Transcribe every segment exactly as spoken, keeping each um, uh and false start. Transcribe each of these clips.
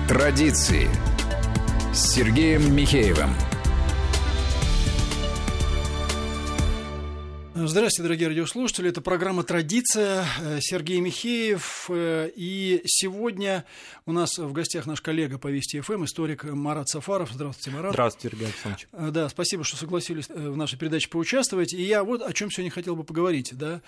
Традиции с Сергеем Михеевым. Здравствуйте, дорогие радиослушатели. Это программа «Традиция». Сергей Михеев. И сегодня у нас в гостях наш коллега по Вести ФМ, историк Марат Сафаров. Здравствуйте, Марат. Здравствуйте, Сергей Александрович. Да, спасибо, что согласились в нашей передаче поучаствовать. И я вот о чем сегодня хотел бы поговорить. Да.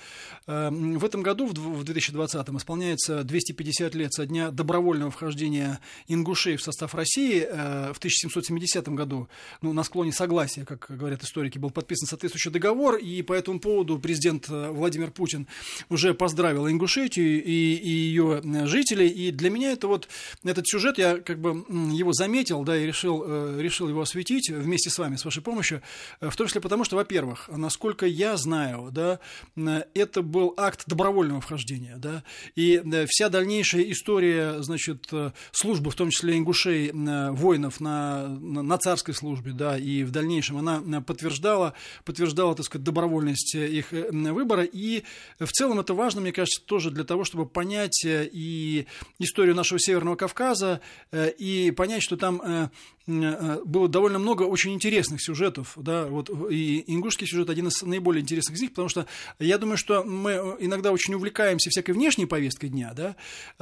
В этом году, в две тысячи двадцатом, исполняется двести пятьдесят лет со дня добровольного вхождения ингушей в состав России. В тысяча семьсот семидесятом году, ну, на склоне согласия, как говорят историки, был подписан соответствующий договор, и по этому поводу президент Владимир Путин уже поздравил Ингушетию и, и ее жителей, и для меня это вот этот сюжет, я как бы его заметил, да, и решил, решил его осветить вместе с вами, с вашей помощью, в том числе потому, что, во-первых, насколько я знаю, да, это был акт добровольного вхождения, да, и вся дальнейшая история, значит, службы, в том числе ингушей, воинов на, на царской службе, да, и в дальнейшем она подтверждала, подтверждала, так сказать, добровольность их выбора, и в целом это важно, мне кажется, тоже для того, чтобы понять и историю нашего Северного Кавказа, и понять, что там было довольно много очень интересных сюжетов, да, вот, и ингушский сюжет один из наиболее интересных из них, потому что я думаю, что мы иногда очень увлекаемся всякой внешней повесткой дня, да,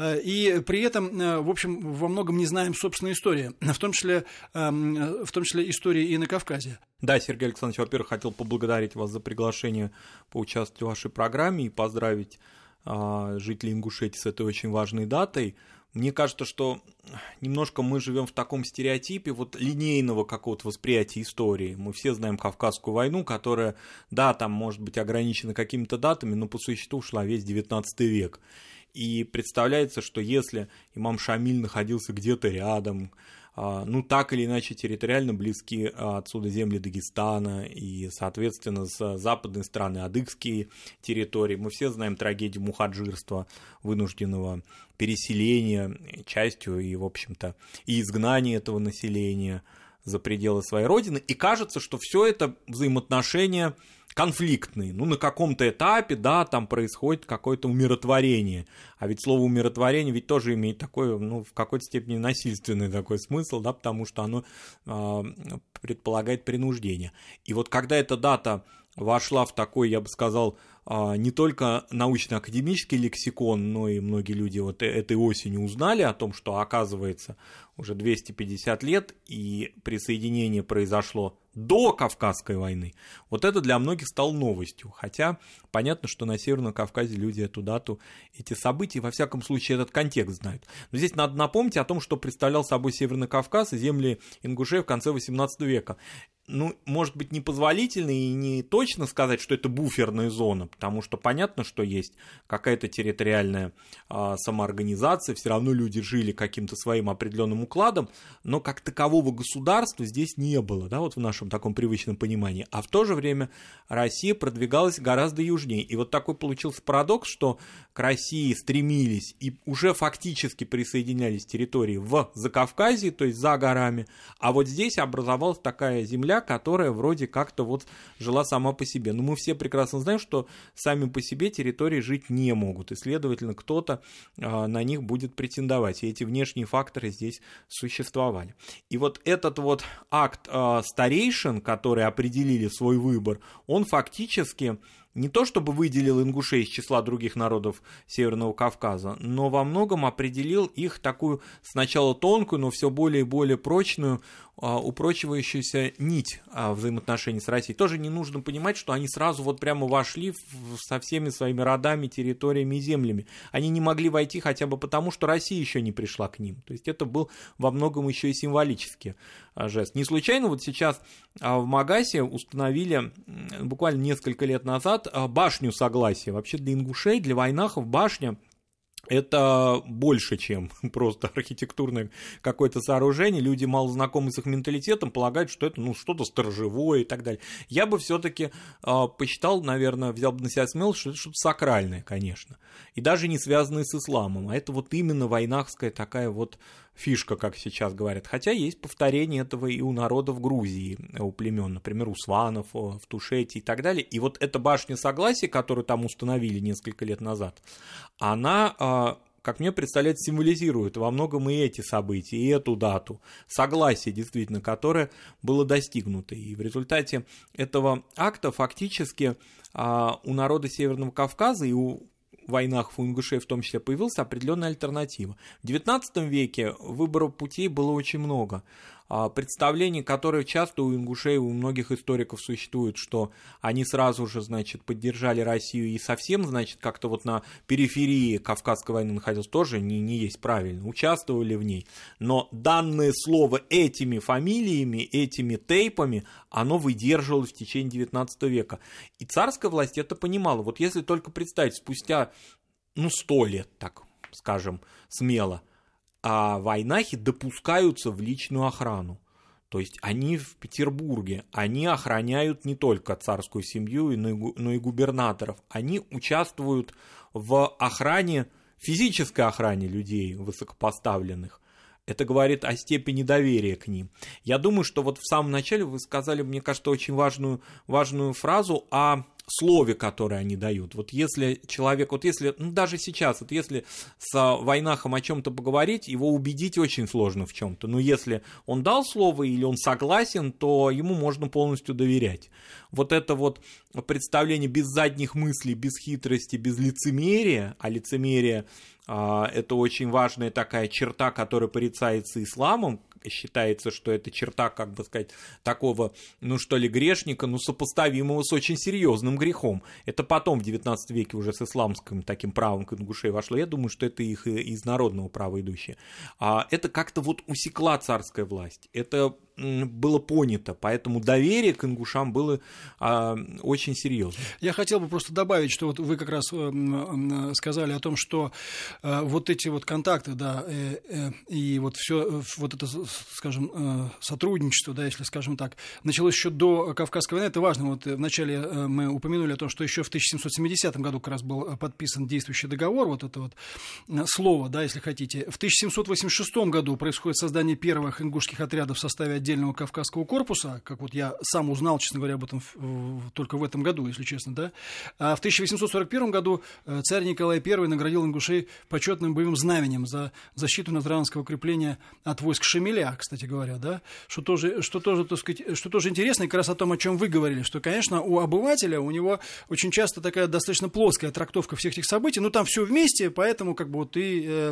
и при этом, в общем, во многом не знаем собственной истории, в том числе, в том числе истории и на Кавказе. Да, Сергей Александрович, во-первых, хотел поблагодарить вас за приглашение поучаствовать в вашей программе и поздравить а, жителей Ингушетии с этой очень важной датой. Мне кажется, что немножко мы живем в таком стереотипе вот линейного какого-то восприятия истории. Мы все знаем Кавказскую войну, которая, да, там может быть ограничена какими-то датами, но по существу шла весь девятнадцатый век. И представляется, что если имам Шамиль находился где-то рядом, ну, так или иначе территориально близки отсюда земли Дагестана и, соответственно, с западной стороны адыгские территории. Мы все знаем трагедию мухаджирства, вынужденного переселения частью и, в общем-то, и изгнания этого населения за пределы своей родины. И кажется, что все это взаимоотношения конфликтные. Ну, на каком-то этапе, да, там происходит какое-то умиротворение. А ведь слово умиротворение ведь тоже имеет такой, ну, в какой-то степени насильственный такой смысл, да, потому что оно э, предполагает принуждение. И вот когда эта дата вошла в такой, я бы сказал, не только научно-академический лексикон, но и многие люди вот этой осенью узнали о том, что, оказывается, уже двести пятьдесят лет, и присоединение произошло до Кавказской войны, вот это для многих стало новостью. Хотя понятно, что на Северном Кавказе люди эту дату, эти события, во всяком случае, этот контекст знают. Но здесь надо напомнить о том, что представлял собой Северный Кавказ и земли ингушей в конце восемнадцатого века. Ну, может быть, непозволительно и не точно сказать, что это буферная зона, потому что понятно, что есть какая-то территориальная а, самоорганизация, все равно люди жили каким-то своим определенным укладом, но как такового государства здесь не было, да, вот в нашем таком привычном понимании. А в то же время Россия продвигалась гораздо южнее. И вот такой получился парадокс, что к России стремились и уже фактически присоединялись территории в Закавказье, то есть за горами, а вот здесь образовалась такая земля, которая вроде как-то вот жила сама по себе. Но мы все прекрасно знаем, что сами по себе территории жить не могут, и, следовательно, кто-то а, на них будет претендовать, и эти внешние факторы здесь существовали. И вот этот вот акт а, старейшин, которые определили свой выбор, он фактически не то чтобы выделил ингушей из числа других народов Северного Кавказа, но во многом определил их такую сначала тонкую, но все более и более прочную, упрочивающуюся нить взаимоотношений с Россией. Тоже не нужно понимать, что они сразу вот прямо вошли со всеми своими родами, территориями и землями. Они не могли войти хотя бы потому, что Россия еще не пришла к ним. То есть это был во многом еще и символический жест. Не случайно вот сейчас в Магасе установили буквально несколько лет назад башню согласия. Вообще для ингушей, для вайнахов башня это больше, чем просто архитектурное какое-то сооружение. Люди, мало знакомы с их менталитетом, полагают, что это ну, что-то сторожевое и так далее. Я бы все-таки э, посчитал, наверное, взял бы на себя смелость, что это что-то сакральное, конечно. И даже не связанное с исламом. А это вот именно вайнахская такая вот фишка, как сейчас говорят. Хотя есть повторение этого и у народов Грузии, у племен, например, у сванов, в Тушете и так далее. И вот эта башня согласия, которую там установили несколько лет назад, она как мне представляется, символизирует во многом и эти события, и эту дату. Согласие, действительно, которое было достигнуто. И в результате этого акта фактически у народа Северного Кавказа и у войнах у ингушей в том числе появилась определенная альтернатива. В девятнадцатом веке выборов путей было очень много. Представление, которое часто у ингушей, у многих историков существует, что они сразу же, значит, поддержали Россию и совсем, значит, как-то вот на периферии Кавказской войны находились, тоже не, не есть правильно, участвовали в ней. Но данное слово этими фамилиями, этими тейпами, оно выдерживалось в течение девятнадцатого века. И царская власть это понимала. Вот если только представить, спустя, ну, сто лет, так скажем, смело, а вайнахи допускаются в личную охрану. То есть они в Петербурге, они охраняют не только царскую семью, но и губернаторов. Они участвуют в охране, физической охране людей высокопоставленных. Это говорит о степени доверия к ним. Я думаю, что вот в самом начале вы сказали, мне кажется, очень важную, важную фразу о слове, которое они дают. Вот если человек, вот если, ну даже сейчас, вот если с войнахом о чем-то поговорить, его убедить очень сложно в чем-то. Но если он дал слово или он согласен, то ему можно полностью доверять. Вот это вот представление без задних мыслей, без хитрости, без лицемерия, а лицемерие это очень важная такая черта, которая порицается исламом. Считается, что это черта, как бы сказать, такого, ну что ли, грешника, ну сопоставимого с очень серьезным грехом. Это потом в девятнадцатом веке уже с исламским таким правом к ингушей вошло. Я думаю, что это их из народного права идущее. А это как-то вот усекла царская власть. Это было понято, поэтому доверие к ингушам было а, очень серьезно. Я хотел бы просто добавить, что вот вы как раз э, сказали о том, что э, вот эти вот контакты, да, э, э, и вот все вот это, скажем, э, сотрудничество, да, если скажем так, началось еще до Кавказской войны. Это важно. Вот вначале э, мы упомянули о том, что еще в тысяча семьсот семидесятом году как раз был подписан действующий договор, вот это вот слово, да, если хотите. В тысяча семьсот восемьдесят шестом году происходит создание первых ингушских отрядов в составе отдельного Кавказского корпуса, как вот я сам узнал, честно говоря, об этом в, в, только в этом году, если честно, да. А в тысяча восемьсот сорок первом году царь Николай Первый наградил ингушей почетным боевым знаменем за защиту Назранского укрепления от войск Шамиля, кстати говоря, да, что тоже, что тоже, так сказать, что тоже интересно, и как раз о том, о чем вы говорили, что, конечно, у обывателя, у него очень часто такая достаточно плоская трактовка всех этих событий, ну, там все вместе, поэтому, как бы, вот, и, э,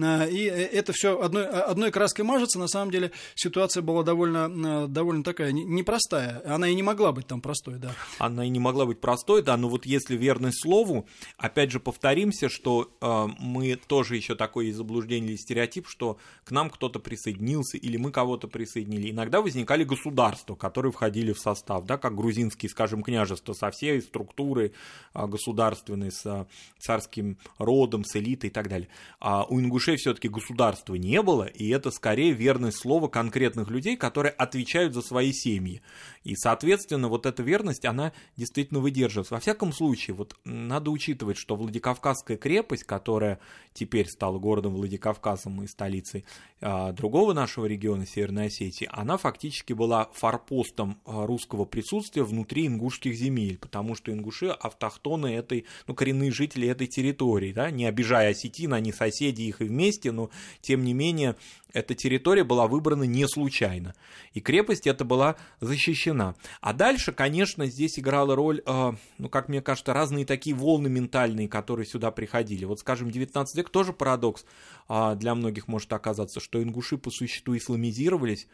и это все одной, одной краской мажется, на самом деле ситуация была довольно довольно такая непростая. Она и не могла быть там простой, да. Она и не могла быть простой, да, но вот если верность слову, опять же повторимся, что э, мы тоже еще такое заблуждение или стереотип, что к нам кто-то присоединился или мы кого-то присоединили. Иногда возникали государства, которые входили в состав, да, как грузинские, скажем, княжества со всей структурой э, государственной, с э, царским родом, с элитой и так далее. А у ингушей все-таки государства не было, и это скорее верность слова конкретных людей, которые отвечают за свои семьи. И, соответственно, вот эта верность, она действительно выдерживается. Во всяком случае, вот надо учитывать, что Владикавказская крепость, которая теперь стала городом Владикавказом и столицей а, другого нашего региона, Северной Осетии, она фактически была форпостом а, русского присутствия внутри ингушских земель, потому что ингуши автохтоны этой, ну, коренные жители этой территории, да, не обижая осетин, они соседи их и вместе, но, тем не менее, эта территория была выбрана не случайно, и крепость эта была защищена. А дальше, конечно, здесь играла роль, э, ну, как мне кажется, разные такие волны ментальные, которые сюда приходили. Вот, скажем, девятнадцатый век тоже парадокс э, для многих может оказаться, что ингуши по существу исламизировались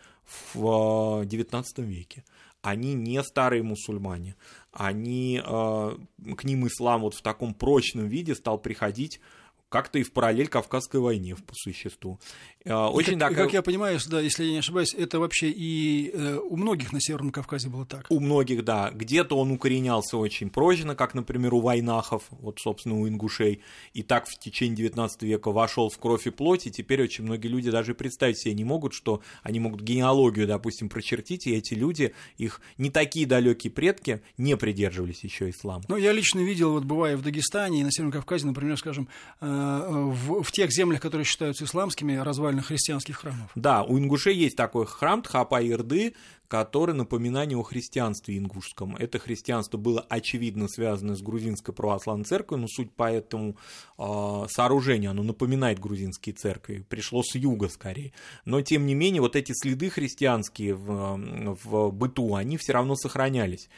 в девятнадцатом веке. Они не старые мусульмане, они, э, к ним ислам вот в таком прочном виде стал приходить как-то и в параллель Кавказской войне, по существу. Очень и как, такая... и как я понимаю, да, если я не ошибаюсь, это вообще и э, у многих на Северном Кавказе было так. У многих, да. Где-то он укоренялся очень прочно, как, например, у вайнахов, вот, собственно, у ингушей, и так в течение девятнадцатого века вошел в кровь и плоть, и теперь очень многие люди даже представить себе не могут, что они могут генеалогию, допустим, прочертить, и эти люди, их не такие далекие предки, не придерживались еще ислама. Ну, я лично видел, вот бывая в Дагестане и на Северном Кавказе, например, скажем, в, в тех землях, которые считаются исламскими, развалины христианских храмов. Да, у ингушей есть такой храм Тхапа-Ирды, который напоминание о христианстве ингушском. Это христианство было очевидно связано с грузинской православной церковью, но суть по этому э, сооружению, оно напоминает грузинские церкви, пришло с юга скорее. Но тем не менее, вот эти следы христианские в, в быту, они все равно сохранялись.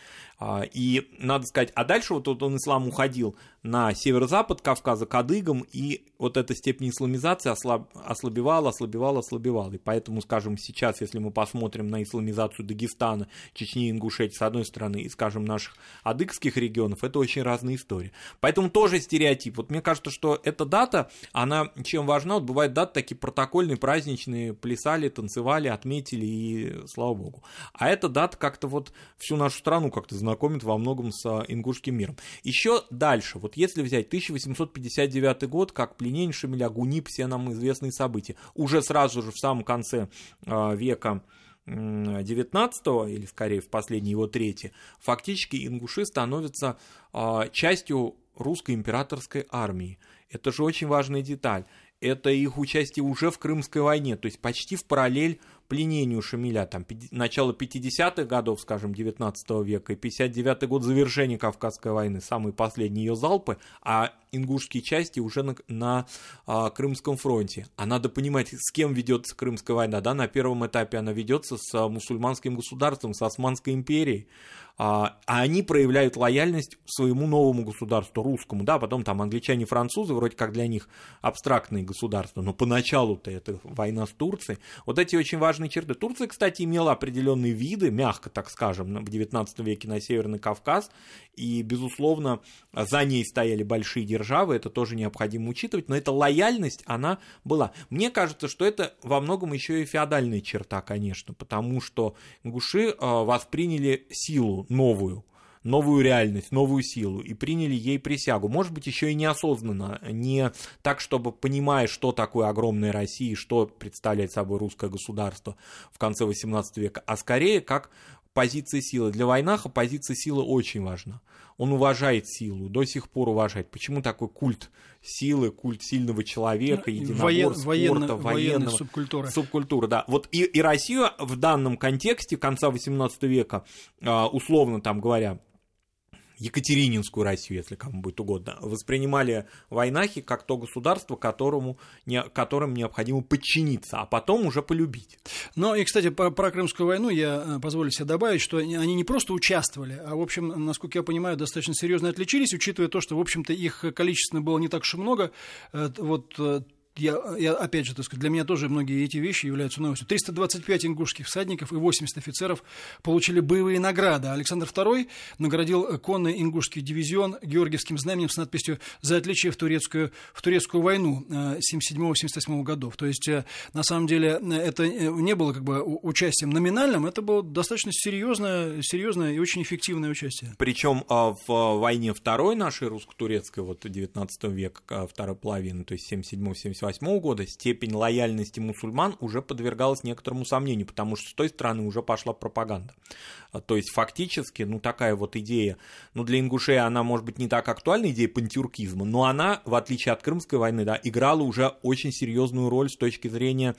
И надо сказать, а дальше вот он, ислам уходил на северо-запад Кавказа, к адыгам, и вот эта степень исламизации ослаб, ослабевала, ослабевала, ослабевала. И поэтому, скажем, сейчас, если мы посмотрим на исламизацию Дагестана, Чечни, Ингушетии с одной стороны, и, скажем, наших адыгских регионов, это очень разные истории. Поэтому тоже стереотип. Вот мне кажется, что эта дата, она чем важна? Вот бывают даты такие протокольные, праздничные, плясали, танцевали, отметили, и слава богу. А эта дата как-то вот всю нашу страну как-то знакомит во многом с ингушским миром. Еще дальше, вот если взять тысяча восемьсот пятьдесят девятый год, как пленение Шамиля, Гунип, все нам известные события, уже сразу же в самом конце э, века девятнадцатого, или скорее в последней его трети, фактически ингуши становятся э, частью русской императорской армии. Это же очень важная деталь. Это их участие уже в Крымской войне, то есть почти в параллель пленению Шамиля, там, начало пятидесятых годов, скажем, девятнадцатого века, и пятьдесят девятый год завершения Кавказской войны, самые последние ее залпы, а ингушские части уже на, на а, Крымском фронте. А надо понимать, с кем ведется Крымская война, да, на первом этапе она ведется с а, мусульманским государством, с Османской империей, а, а они проявляют лояльность своему новому государству, русскому, да, потом там англичане, французы, вроде как для них абстрактные государства, но поначалу-то это война с Турцией. Вот эти очень важные черты. Турция, кстати, имела определенные виды, мягко так скажем, в девятнадцатом веке на Северный Кавказ, и, безусловно, за ней стояли большие державы, это тоже необходимо учитывать, но эта лояльность, она была. Мне кажется, что это во многом еще и феодальная черта, конечно, потому что ингуши восприняли силу новую, новую реальность, новую силу, и приняли ей присягу. Может быть, еще и неосознанно, не так, чтобы понимая, что такое огромная Россия, что представляет собой русское государство в конце восемнадцатого века, а скорее как позиция силы. Для Войнаха позиция силы очень важна. Он уважает силу, до сих пор уважает. Почему такой культ силы, культ сильного человека, единоборства, Воен, спорта, военного, субкультура. субкультура, да. Вот и, и Россию в данном контексте конца восемнадцатого века, условно там говоря, Екатерининскую Россию, если кому будет угодно, воспринимали войнахи как то государство, которому, не, которым необходимо подчиниться, а потом уже полюбить. Ну и, кстати, про, про Крымскую войну я позволю себе добавить, что они не просто участвовали, а, в общем, насколько я понимаю, достаточно серьезно отличились, учитывая то, что, в общем-то, их количественно было не так уж и много. Вот... Я, я, опять же, так сказать, для меня тоже многие эти вещи являются новостью. триста двадцать пять ингушских всадников и восемьдесят офицеров получили боевые награды. Александр второй наградил конный ингушский дивизион Георгиевским знаменем с надписью «За отличие в турецкую, в турецкую войну» семьдесят седьмого — семьдесят восьмого годов. То есть, на самом деле, это не было как бы участием номинальным, это было достаточно серьезное, серьезное и очень эффективное участие. Причем в войне второй нашей русско-турецкой, вот девятнадцатого века, второй половины, то есть семьдесят седьмого — семьдесят восьмого года, степень лояльности мусульман уже подвергалась некоторому сомнению, потому что с той стороны уже пошла пропаганда. То есть фактически, ну такая вот идея, ну для ингушей она может быть не так актуальна, идея пантюркизма, но она, в отличие от Крымской войны, да, играла уже очень серьезную роль с точки зрения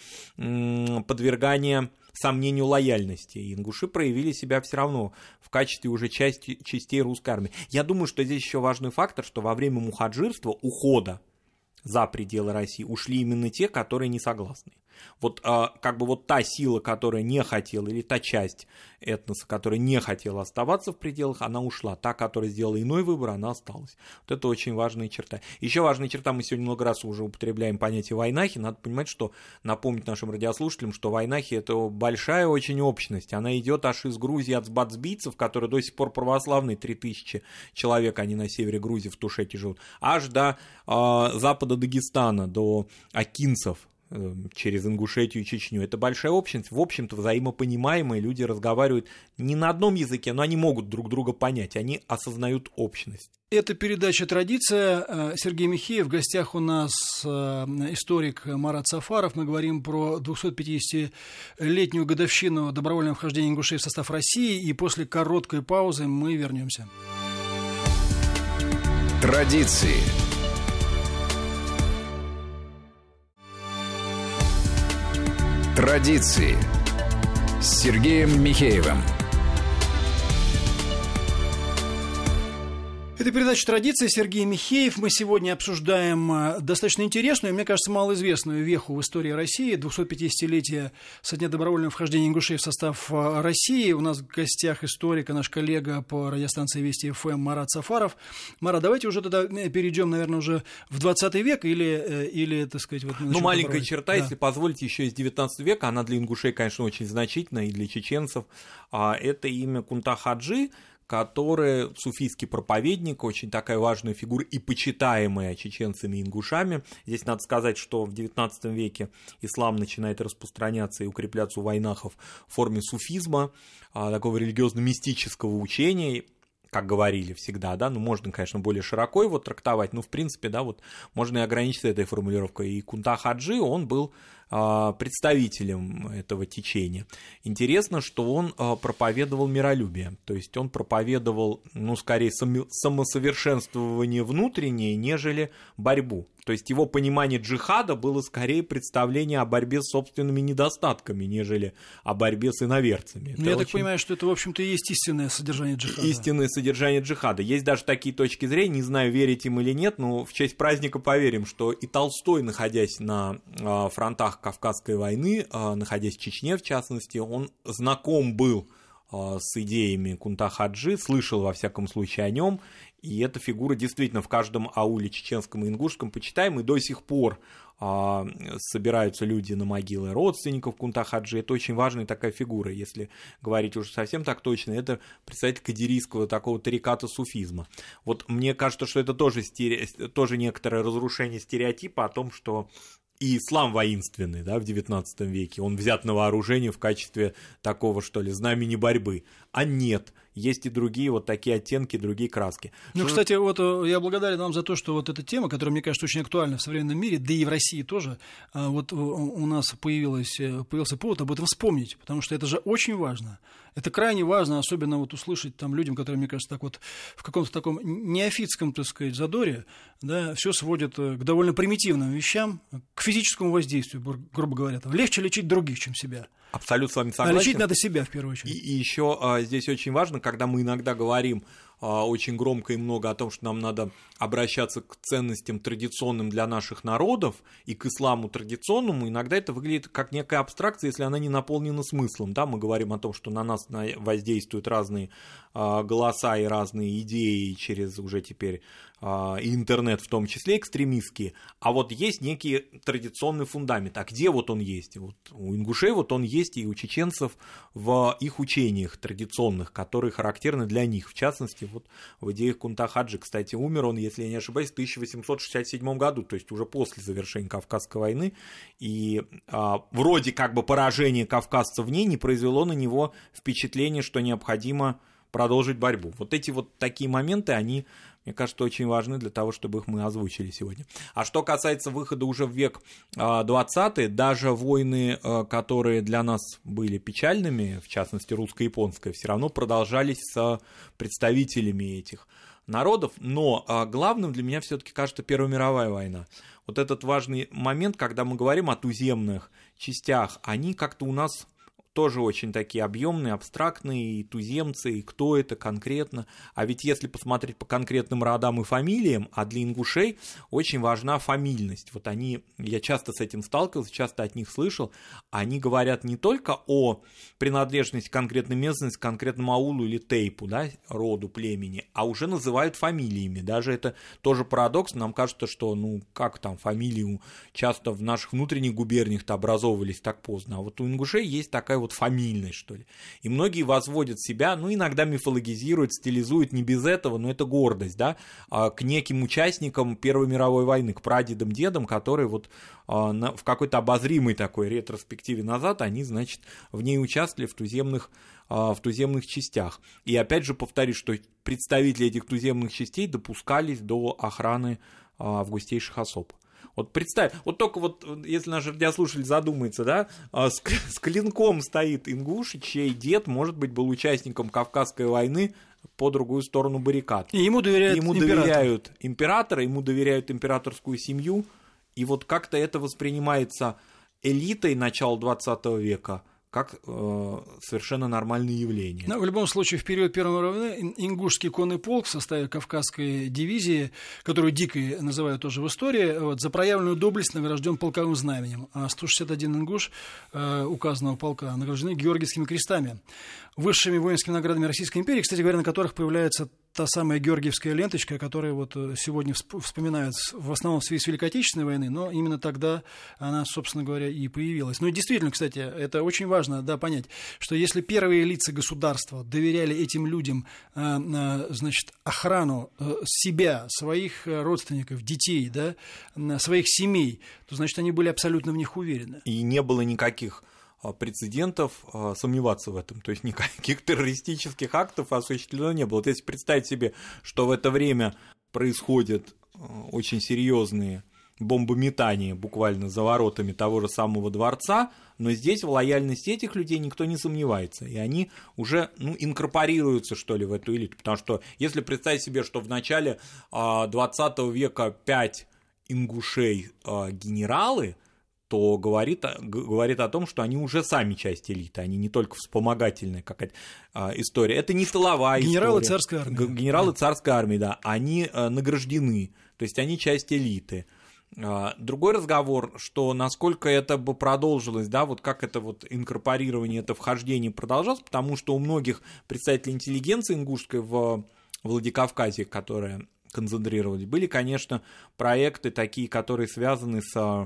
м- подвергания сомнению лояльности. И ингуши проявили себя все равно в качестве уже части, частей русской армии. Я думаю, что здесь еще важный фактор, что во время мухаджирства, ухода за пределы России, ушли именно те, которые не согласны. Вот как бы вот та сила, которая не хотела, или та часть этноса, которая не хотела оставаться в пределах, она ушла. Та, которая сделала иной выбор, она осталась. Вот это очень важная черта. Еще важная черта, мы сегодня много раз уже употребляем понятие войнахи. Надо понимать, что, напомнить нашим радиослушателям, что войнахи — это большая очень общность. Она идет аж из Грузии, от сбацбийцев, которые до сих пор православные, три тысячи человек, они на севере Грузии в Тушете живут, аж до э, запада Дагестана, до акинцев, через Ингушетию и Чечню. Это большая общность, в общем-то, взаимопонимаемые, люди разговаривают не на одном языке, но они могут друг друга понять, они осознают общность. Это передача «Традиция». Сергей Михеев. В гостях у нас историк Марат Сафаров. Мы говорим про двухсотпятидесятилетнюю годовщину добровольного вхождения ингушей в состав России, и после короткой паузы мы вернемся. Традиции. Традиции. с Сергеем Михеевым. Это передача «Традиции». Сергей Михеев. Мы сегодня обсуждаем достаточно интересную, мне кажется, малоизвестную веху в истории России. двухсотпятидесятилетие со дня добровольного вхождения ингушей в состав России. У нас в гостях историк, наш коллега по радиостанции Вести эф эм Марат Сафаров. Марат, давайте уже тогда перейдем, наверное, уже в двадцатый век или, или так сказать... Вот ну, маленькая добровольно. черта, да. Если позволите, еще из девятнадцатого века. Она для ингушей, конечно, очень значительна, и для чеченцев. Это имя Кунта Хаджи, который суфийский проповедник, очень такая важная фигура и почитаемая чеченцами и ингушами. Здесь надо сказать, что в девятнадцатом веке ислам начинает распространяться и укрепляться у вайнахов в форме суфизма, такого религиозно-мистического учения, как говорили всегда, да, ну, можно, конечно, более широко его трактовать, но, в принципе, да, вот можно и ограничиться этой формулировкой. И Кунта Хаджи, он был представителем этого течения. Интересно, что он проповедовал миролюбие, то есть он проповедовал, ну, скорее, самосовершенствование внутреннее, нежели борьбу. То есть его понимание джихада было скорее представление о борьбе с собственными недостатками, нежели о борьбе с иноверцами. Ну, я очень... так понимаю, что это, в общем-то, и есть истинное содержание джихада. Истинное содержание джихада. Есть даже такие точки зрения, не знаю, верить им или нет, но в честь праздника поверим, что и Толстой, находясь на фронтах Кавказской войны, находясь в Чечне, в частности, он знаком был с идеями Кунта Хаджи, слышал, во всяком случае, о нем, и эта фигура действительно в каждом ауле чеченском и ингушском почитаем, и до сих пор а, собираются люди на могилы родственников Кунта Хаджи. Это очень важная такая фигура, если говорить уже совсем так точно, это представитель кадирийского такого тариката суфизма. Вот мне кажется, что это тоже, стере... тоже некоторое разрушение стереотипа о том, что и ислам воинственный, да, в девятнадцатом веке, он взят на вооружение в качестве такого, что ли, знамени борьбы. А нет, есть и другие вот такие оттенки, другие краски. Ну, что... кстати, вот я благодарен вам за то, что вот эта тема, которая, мне кажется, очень актуальна в современном мире, да и в России тоже, вот у нас появилась, появился повод об этом вспомнить, потому что это же очень важно. Это крайне важно, особенно вот услышать там людям, которые, мне кажется, так вот в каком-то таком неофитском, так сказать, задоре, да, все сводят к довольно примитивным вещам, к физическому воздействию, грубо говоря. Там легче лечить других, чем себя. Абсолютно с вами согласен. А лечить надо себя в первую очередь. И, и еще а, здесь очень важно, когда мы иногда говорим а, очень громко и много о том, что нам надо обращаться к ценностям традиционным для наших народов и к исламу традиционному, иногда это выглядит как некая абстракция, если она не наполнена смыслом. Да? Мы говорим о том, что на нас воздействуют разные а, голоса и разные идеи через уже теперь а, и интернет в том числе экстремистские, а вот есть некий традиционный фундамент. А где вот он есть? Вот у ингушей вот он есть и у чеченцев в их учениях традиционных, которые характерны для них. В частности, вот в идеях Кунта Хаджи, кстати, умер он, если я не ошибаюсь, в тысяча восемьсот шестьдесят седьмом году, то есть уже после завершения Кавказской войны, и а, вроде как бы поражение кавказцев в ней не произвело на него впечатление, что необходимо продолжить борьбу. Вот эти вот такие моменты, они, мне кажется, очень важны для того, чтобы их мы озвучили сегодня. А что касается выхода уже в век двадцатый, даже войны, которые для нас были печальными, в частности русско-японская, все равно продолжались с представителями этих народов, но главным для меня все-таки кажется Первая мировая война. Вот этот важный момент, когда мы говорим о туземных частях, они как-то у нас тоже очень такие объемные, абстрактные, и туземцы, и кто это конкретно. А ведь если посмотреть по конкретным родам и фамилиям, а для ингушей очень важна фамильность. Вот они, я часто с этим сталкивался, часто от них слышал, они говорят не только о принадлежности к конкретной местности, к конкретному аулу или тейпу, да, роду, племени, а уже называют фамилиями. Даже это тоже парадокс, нам кажется, что, ну, как там фамилии часто в наших внутренних губерниях-то образовывались так поздно, а вот у ингушей есть такая вот фамильность, что ли. И многие возводят себя, ну, иногда мифологизируют, стилизуют, не без этого, но это гордость, да, к неким участникам Первой мировой войны, к прадедам, дедам, которые вот в какой-то обозримой такой ретроспективе назад, они, значит, в ней участвовали в туземных, в туземных частях. И опять же повторюсь, что представители этих туземных частей допускались до охраны августейших особ. Вот представь, вот только вот, если наш радиослушатель задумается, да, с, с клинком стоит ингуш, чей дед, может быть, был участником Кавказской войны по другую сторону баррикад. И ему доверяют, ему доверяют императора, ему доверяют императорскую семью, и вот как-то это воспринимается элитой начала двадцатого века как э, совершенно нормальное явление. Но в любом случае, в период Первой мировой войны Ингушский конный полк в составе Кавказской дивизии, которую дикой называют тоже в истории, вот, за проявленную доблесть награжден полковым знаменем, а сто шестьдесят один ингуш э, указанного полка награждены Георгиевскими крестами, высшими воинскими наградами Российской империи, кстати говоря, на которых появляется та самая георгиевская ленточка, которая вот сегодня вспоминают в основном в связи с Великой Отечественной войны, но именно тогда она, собственно говоря, и появилась. Ну и действительно, кстати, это очень важно, да, понять, что если первые лица государства доверяли этим людям, значит, охрану себя, своих родственников, детей, да, своих семей, то, значит, они были абсолютно в них уверены. И не было никаких прецедентов сомневаться в этом. То есть никаких террористических актов осуществлено не было. Вот если представить себе, что в это время происходят очень серьезные бомбометания буквально за воротами того же самого дворца, но здесь в лояльности этих людей никто не сомневается, и они уже, ну, инкорпорируются, что ли, в эту элиту. Потому что если представить себе, что в начале двадцатого века пять ингушей генералы, то говорит, говорит о том, что они уже сами часть элиты, они не только вспомогательная какая-то а, история. Это не тыловая генералы история. Царской армии. Генералы царской армии, да, они а, награждены, то есть они часть элиты. А, другой разговор, что насколько это бы продолжилось, да, вот как это вот инкорпорирование, это вхождение продолжалось, потому что у многих представителей интеллигенции ингушской в Владикавказе, которые концентрировались, были, конечно, проекты такие, которые связаны с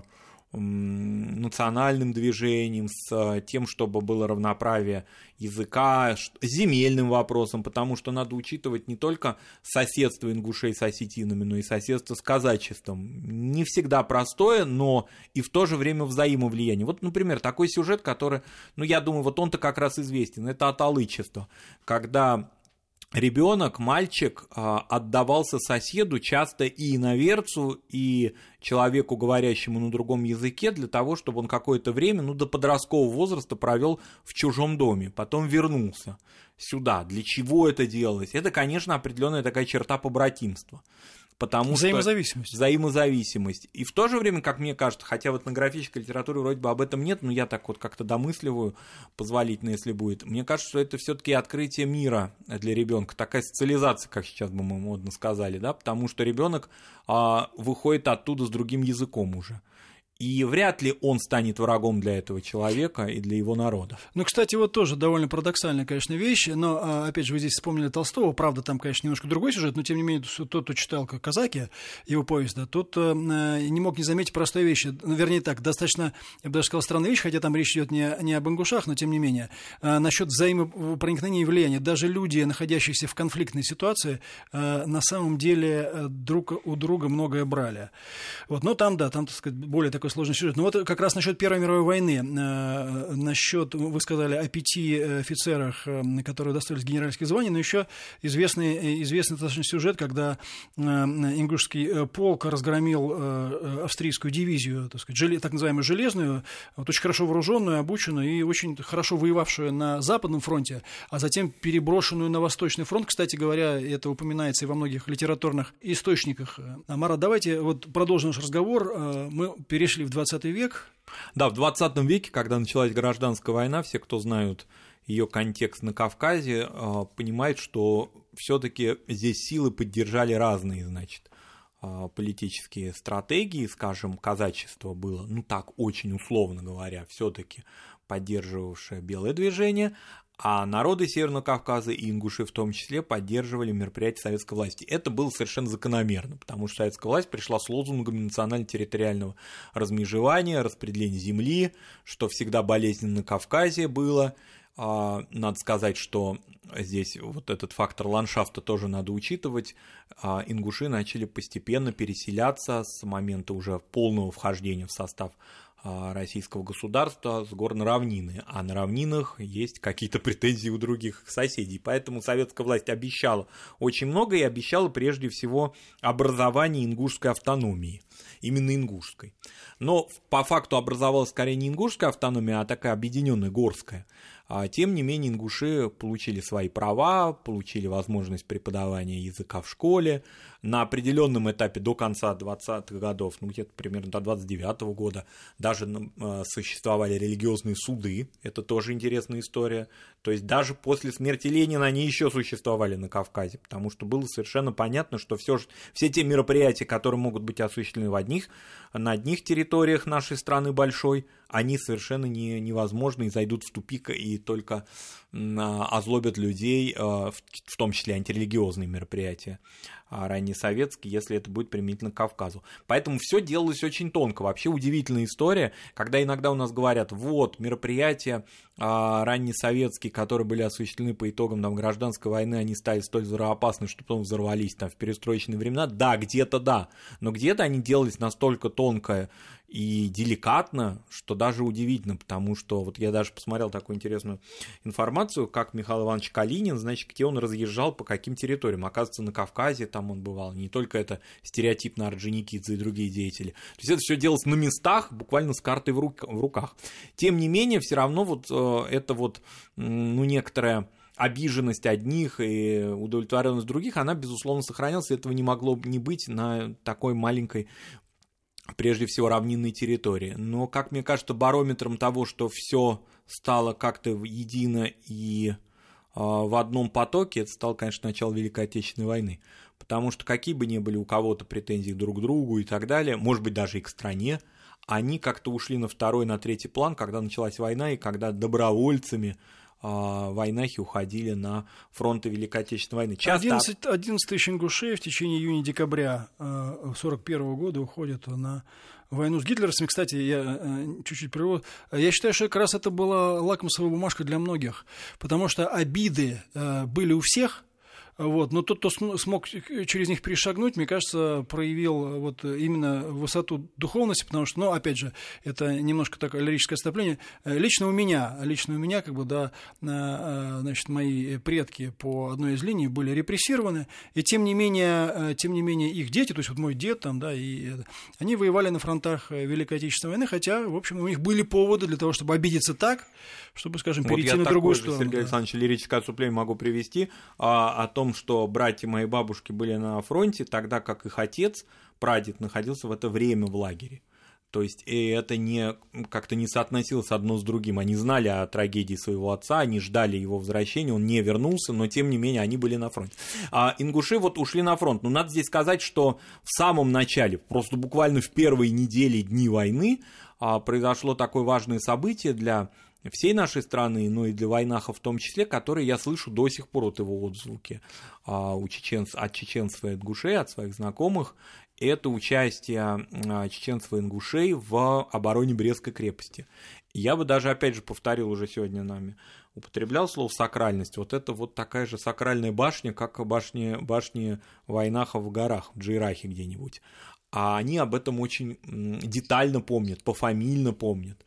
национальным движением, с тем, чтобы было равноправие языка, земельным вопросом, потому что надо учитывать не только соседство ингушей с осетинами, но и соседство с казачеством. Не всегда простое, но и в то же время взаимовлияние. Вот, например, такой сюжет, который, ну, я думаю, вот он-то как раз известен, это аталычество, когда ребенок, мальчик отдавался соседу, часто и иноверцу, и человеку, говорящему на другом языке, для того, чтобы он какое-то время, ну, до подросткового возраста провел в чужом доме, потом вернулся сюда. Для чего это делалось? Это, конечно, определенная такая черта побратимства. Потому взаимозависимость. Что взаимозависимость. И в то же время, как мне кажется, хотя в этнографической литературе вроде бы об этом нет, но я так вот как-то домысливаю, позволительно, если будет, мне кажется, что это все-таки открытие мира для ребенка, такая социализация, как сейчас бы мы модно сказали, да, потому что ребенок а, выходит оттуда с другим языком уже. И вряд ли он станет врагом для этого человека и для его народа. Ну, кстати, вот тоже довольно парадоксальная, конечно, вещь, но, опять же, вы здесь вспомнили Толстого, правда, там, конечно, немножко другой сюжет, но, тем не менее, тот, кто читал как казаки его повесть, да, тот не мог не заметить простой вещи, вернее так, достаточно, я бы даже сказал, странная вещь, хотя там речь идет не, не об ингушах, но, тем не менее, насчет взаимопроникновения и влияния. Даже люди, находящиеся в конфликтной ситуации, на самом деле друг у друга многое брали. Вот, но там, да, там, так сказать, более такой сложный сюжет. Но вот как раз насчет Первой мировой войны, насчет, вы сказали о пяти офицерах, которые достались генеральских званий, но еще известный, известный достаточно сюжет, когда ингушский полк разгромил австрийскую дивизию, так сказать, так называемую железную, вот очень хорошо вооруженную, обученную и очень хорошо воевавшую на Западном фронте, а затем переброшенную на Восточный фронт. Кстати говоря, это упоминается и во многих литературных источниках. Марат, давайте вот продолжим наш разговор. Мы перешли в двадцатый век. Да, в двадцатом веке, когда началась гражданская война, все, кто знают ее контекст на Кавказе, понимают, что все-таки здесь силы поддержали разные, значит, политические стратегии, скажем, казачество было, ну так, очень условно говоря, все-таки поддерживавшее белое движение, а народы Северного Кавказа и ингуши в том числе поддерживали мероприятия советской власти. Это было совершенно закономерно, потому что советская власть пришла с лозунгами национально-территориального размежевания, распределения земли, что всегда болезненно на Кавказе было. Надо сказать, что здесь вот этот фактор ландшафта тоже надо учитывать. Ингуши начали постепенно переселяться с момента уже полного вхождения в состав российского государства с гор на равнины, а на равнинах есть какие-то претензии у других соседей. Поэтому советская власть обещала очень много и обещала прежде всего образование ингушской автономии, именно ингушской. Но по факту образовалась скорее не ингушская автономия, а такая объединенная горская. А тем не менее, ингуши получили свои права, получили возможность преподавания языка в школе. На определенном этапе до конца двадцатых годов, ну где-то примерно до двадцать девятого года, даже э, существовали религиозные суды, это тоже интересная история. То есть даже после смерти Ленина они еще существовали на Кавказе, потому что было совершенно понятно, что все, все те мероприятия, которые могут быть осуществлены в одних, на одних территориях нашей страны большой, они совершенно не, невозможны и зайдут в тупик и только озлобят людей, в том числе антирелигиозные мероприятия раннесоветские, если это будет применительно к Кавказу. Поэтому все делалось очень тонко. Вообще удивительная история, когда иногда у нас говорят, вот, мероприятия раннесоветские, которые были осуществлены по итогам там, гражданской войны, они стали столь взрывоопасны, что потом взорвались там, в перестроечные времена. Да, где-то да, но где-то они делались настолько тонко и деликатно, что даже удивительно, потому что вот я даже посмотрел такую интересную информацию, как Михаил Иванович Калинин, значит, где он разъезжал, по каким территориям. Оказывается, на Кавказе там он бывал, не только это стереотипно Орджоникидзе и другие деятели. То есть это все делалось на местах, буквально с картой в, рук, в руках. Тем не менее, все равно вот э, это вот, ну, некоторая обиженность одних и удовлетворенность других, она, безусловно, сохранялась, и этого не могло не быть на такой маленькой, прежде всего, равнинной территории. Но, как мне кажется, барометром того, что все стало как-то едино и э, в одном потоке, это стало, конечно, начало Великой Отечественной войны. Потому что какие бы ни были у кого-то претензии друг к другу и так далее, может быть, даже и к стране, они как-то ушли на второй, на третий план, когда началась война и когда добровольцами войнахи уходили на фронты Великой Отечественной войны. Часто... одиннадцать, одиннадцать тысяч ингушей в течение июня-декабря сорок первого года уходят на войну с гитлеровцами. Кстати, я чуть-чуть прерву. Я считаю, что как раз это была лакмусовая бумажка для многих, потому что обиды были у всех. Вот. Но тот, кто смог через них перешагнуть, мне кажется, проявил вот именно высоту духовности, потому что, ну, опять же, это немножко такое лирическое отступление. Лично у меня, лично у меня, как бы, да, значит, мои предки по одной из линий были репрессированы, и тем не менее, тем не менее их дети, то есть вот мой дед там, да, и они воевали на фронтах Великой Отечественной войны, хотя, в общем, у них были поводы для того, чтобы обидеться так, чтобы, скажем, перейти вот на другую же, сторону. Сергей да. Александрович, лирическое отступление могу привести а, о том, что братья моей бабушки были на фронте, тогда как их отец, прадед, находился в это время в лагере. То есть и это не, как-то не соотносилось одно с другим. Они знали о трагедии своего отца, они ждали его возвращения, он не вернулся, но тем не менее они были на фронте. А ингуши вот ушли на фронт. Но надо здесь сказать, что в самом начале, просто буквально в первые недели, дни войны, произошло такое важное событие для всей нашей страны, но и для войнахов в том числе, которые я слышу до сих пор от его отзвуки у чеченцев, от чеченцев и ингушей, от своих знакомых. Это участие чеченцев и ингушей в обороне Брестской крепости. Я бы даже, опять же, повторил уже сегодня нами, употреблял слово «сакральность». Вот это вот такая же сакральная башня, как башни, башни войнахов в горах, в Джейрахе где-нибудь. А они об этом очень детально помнят, пофамильно помнят.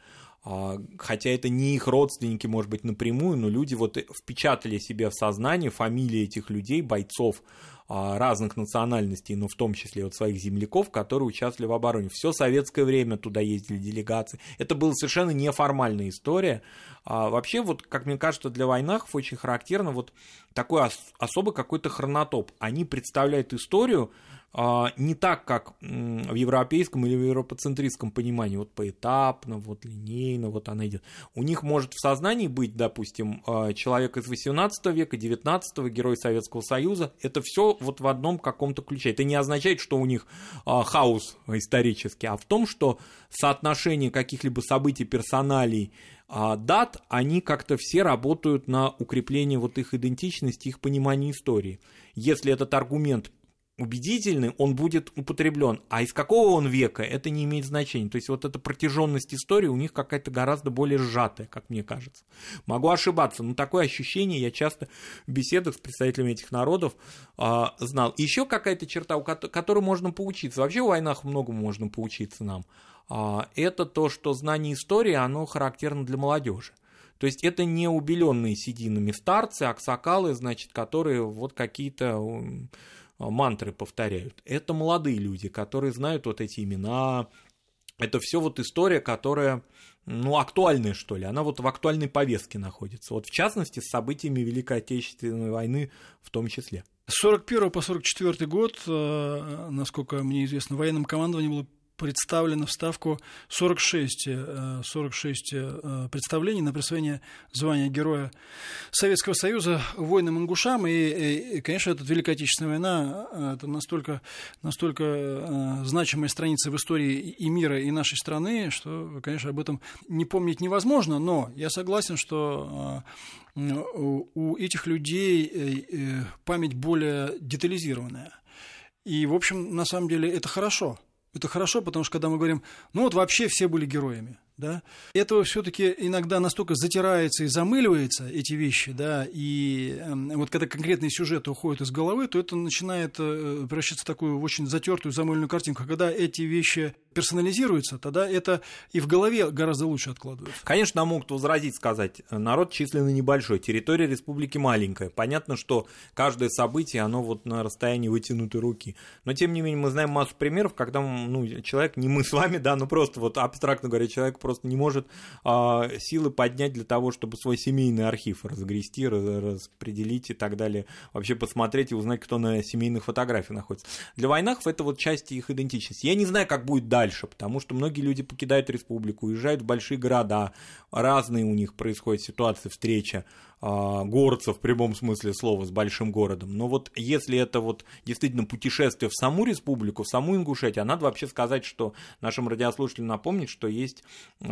Хотя это не их родственники, может быть, напрямую, но люди вот впечатали себе в сознание фамилии этих людей, бойцов разных национальностей, но в том числе вот своих земляков, которые участвовали в обороне. Все советское время туда ездили делегации. Это была совершенно неформальная история. А вообще, вот, как мне кажется, для войнахов очень характерно вот такой ос- особый какой-то хронотоп. Они представляют историю не так, как в европейском или в европоцентристском понимании, вот поэтапно, вот линейно, вот она идет. У них может в сознании быть, допустим, человек из восемнадцатого века, девятнадцатого, герой Советского Союза. Это все вот в одном каком-то ключе. Это не означает, что у них хаос исторический, а в том, что соотношение каких-либо событий, персоналей, дат, они как-то все работают на укрепление вот их идентичности, их понимания истории. Если этот аргумент убедительный, он будет употреблен. А из какого он века, это не имеет значения. То есть вот эта протяженность истории у них какая-то гораздо более сжатая, как мне кажется. Могу ошибаться, но такое ощущение я часто в беседах с представителями этих народов э, знал. Еще какая-то черта, у которой можно поучиться. Вообще в войнах многому можно поучиться нам. Э, это то, что знание истории, оно характерно для молодежи. То есть это не убеленные сединами старцы, аксакалы, значит, которые вот какие-то мантры повторяют. Это молодые люди, которые знают вот эти имена. Это все вот история, которая, ну, актуальная, что ли. Она вот в актуальной повестке находится. Вот в частности, с событиями Великой Отечественной войны в том числе. С сорок первого по сорок четвёртый год, насколько мне известно, военным командованием было представлено в Ставку сорок шесть, сорок шесть представлений на присвоение звания Героя Советского Союза воинам-ингушам. И, и, конечно, эта Великая Отечественная война – это настолько, настолько значимая страница в истории и мира, и нашей страны, что, конечно, об этом не помнить невозможно. Но я согласен, что у этих людей память более детализированная. И, в общем, на самом деле это хорошо. Это хорошо, потому что когда мы говорим, ну вот вообще все были героями, да, этого все-таки иногда настолько затирается и замыливается, эти вещи, да, и э, вот когда конкретные сюжеты уходят из головы, то это начинает э, превращаться в такую очень затертую, замыленную картинку. Когда эти вещи персонализируются, тогда это и в голове гораздо лучше откладывается. Конечно, нам могут возразить, сказать, народ численно небольшой, территория республики маленькая. Понятно, что каждое событие, оно вот на расстоянии вытянутой руки. Но, тем не менее, мы знаем массу примеров, когда ну, человек, не мы с вами, да, но просто вот абстрактно говоря, человек просто не может а, силы поднять для того, чтобы свой семейный архив разгрести, распределить и так далее, вообще посмотреть и узнать, кто на семейных фотографиях находится. Для войнахов это вот часть их идентичности. Я не знаю, как будет дальше, потому что многие люди покидают республику, уезжают в большие города, разные у них происходят ситуации, встреча горцев в прямом смысле слова с большим городом. Но вот если это вот действительно путешествие в саму республику, в саму Ингушетию, а надо вообще сказать, что нашим радиослушателям напомнить, что есть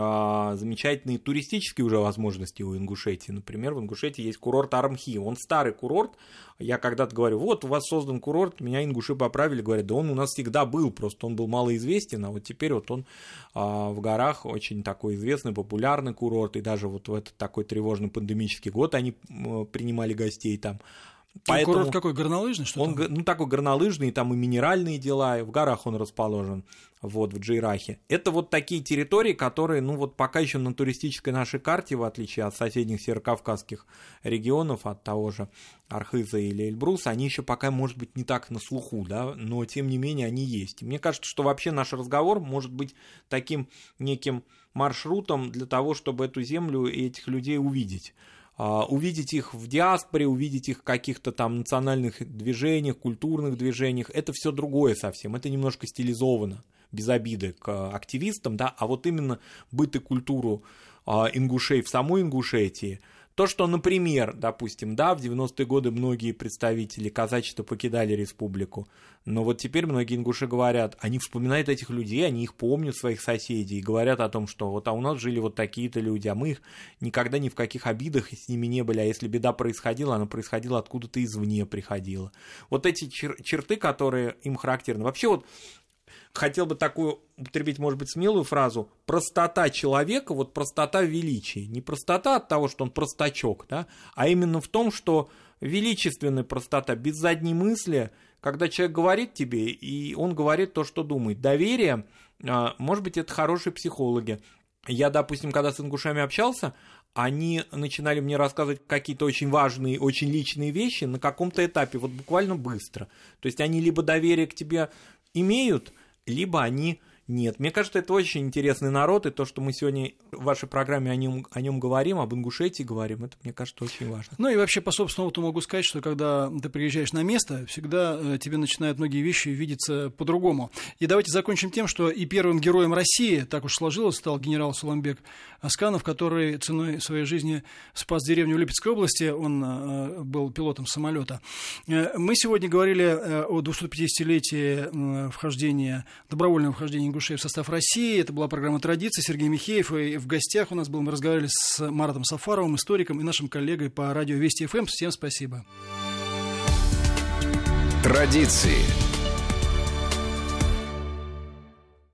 а, замечательные туристические уже возможности у Ингушетии. Например, в Ингушетии есть курорт Армхи. Он старый курорт. Я когда-то говорю, вот у вас создан курорт, меня ингуши поправили, говорят, да он у нас всегда был, просто он был малоизвестен, а вот теперь вот он а, в горах очень такой известный, популярный курорт, и даже вот в этот такой тревожный пандемический год они принимали гостей там. Поэтому курорт какой, горнолыжный, что он, там? Ну, такой горнолыжный, там и минеральные дела, и в горах он расположен, вот, в Джейрахе. Это вот такие территории, которые, ну, вот пока еще на туристической нашей карте, в отличие от соседних северокавказских регионов, от того же Архыза или Эльбруса, они еще пока, может быть, не так на слуху, да, но, тем не менее, они есть. И мне кажется, что вообще наш разговор может быть таким неким маршрутом для того, чтобы эту землю и этих людей увидеть. Увидеть их в диаспоре, увидеть их в каких-то там национальных движениях, культурных движениях, это все другое совсем, это немножко стилизовано, без обиды к активистам, да, а вот именно быт и культуру ингушей в самой Ингушетии. То, что, например, допустим, да, в девяностые годы многие представители казачества покидали республику, но вот теперь многие ингуши говорят, они вспоминают этих людей, они их помнят, своих соседей, и говорят о том, что вот а у нас жили вот такие-то люди, а мы их никогда ни в каких обидах с ними не были, а если беда происходила, она происходила откуда-то извне приходила. Вот эти чер- черты, которые им характерны. Вообще вот хотел бы такую употребить, может быть, смелую фразу: простота человека, вот простота величия. Не простота от того, что он простачок, да, а именно в том, что величественная простота, без задней мысли, когда человек говорит тебе, и он говорит то, что думает. Доверие, может быть, это хорошие психологи. Я, допустим, когда с ингушами общался, они начинали мне рассказывать какие-то очень важные, очень личные вещи на каком-то этапе, вот буквально быстро. То есть они либо доверие к тебе имеют, либо они нет. Мне кажется, это очень интересный народ, и то, что мы сегодня в вашей программе о нем, о нем говорим, об Ингушетии говорим, это, мне кажется, очень важно. Ну и вообще, по собственному опыту могу сказать, что когда ты приезжаешь на место, всегда тебе начинают многие вещи видеться по-другому. И давайте закончим тем, что и первым героем России, так уж сложилось, стал генерал Суламбек Асканов, который ценой своей жизни спас деревню в Липецкой области, он был пилотом самолета. Мы сегодня говорили о двухсот пятидесятилетии вхождения, добровольного вхождения ингушей в состав России. Это была программа «Традиции». Сергей Михеев. И в гостях у нас был, мы разговаривали с Маратом Сафаровым, историком, и нашим коллегой по радио Вести эф эм. Всем спасибо. Традиции.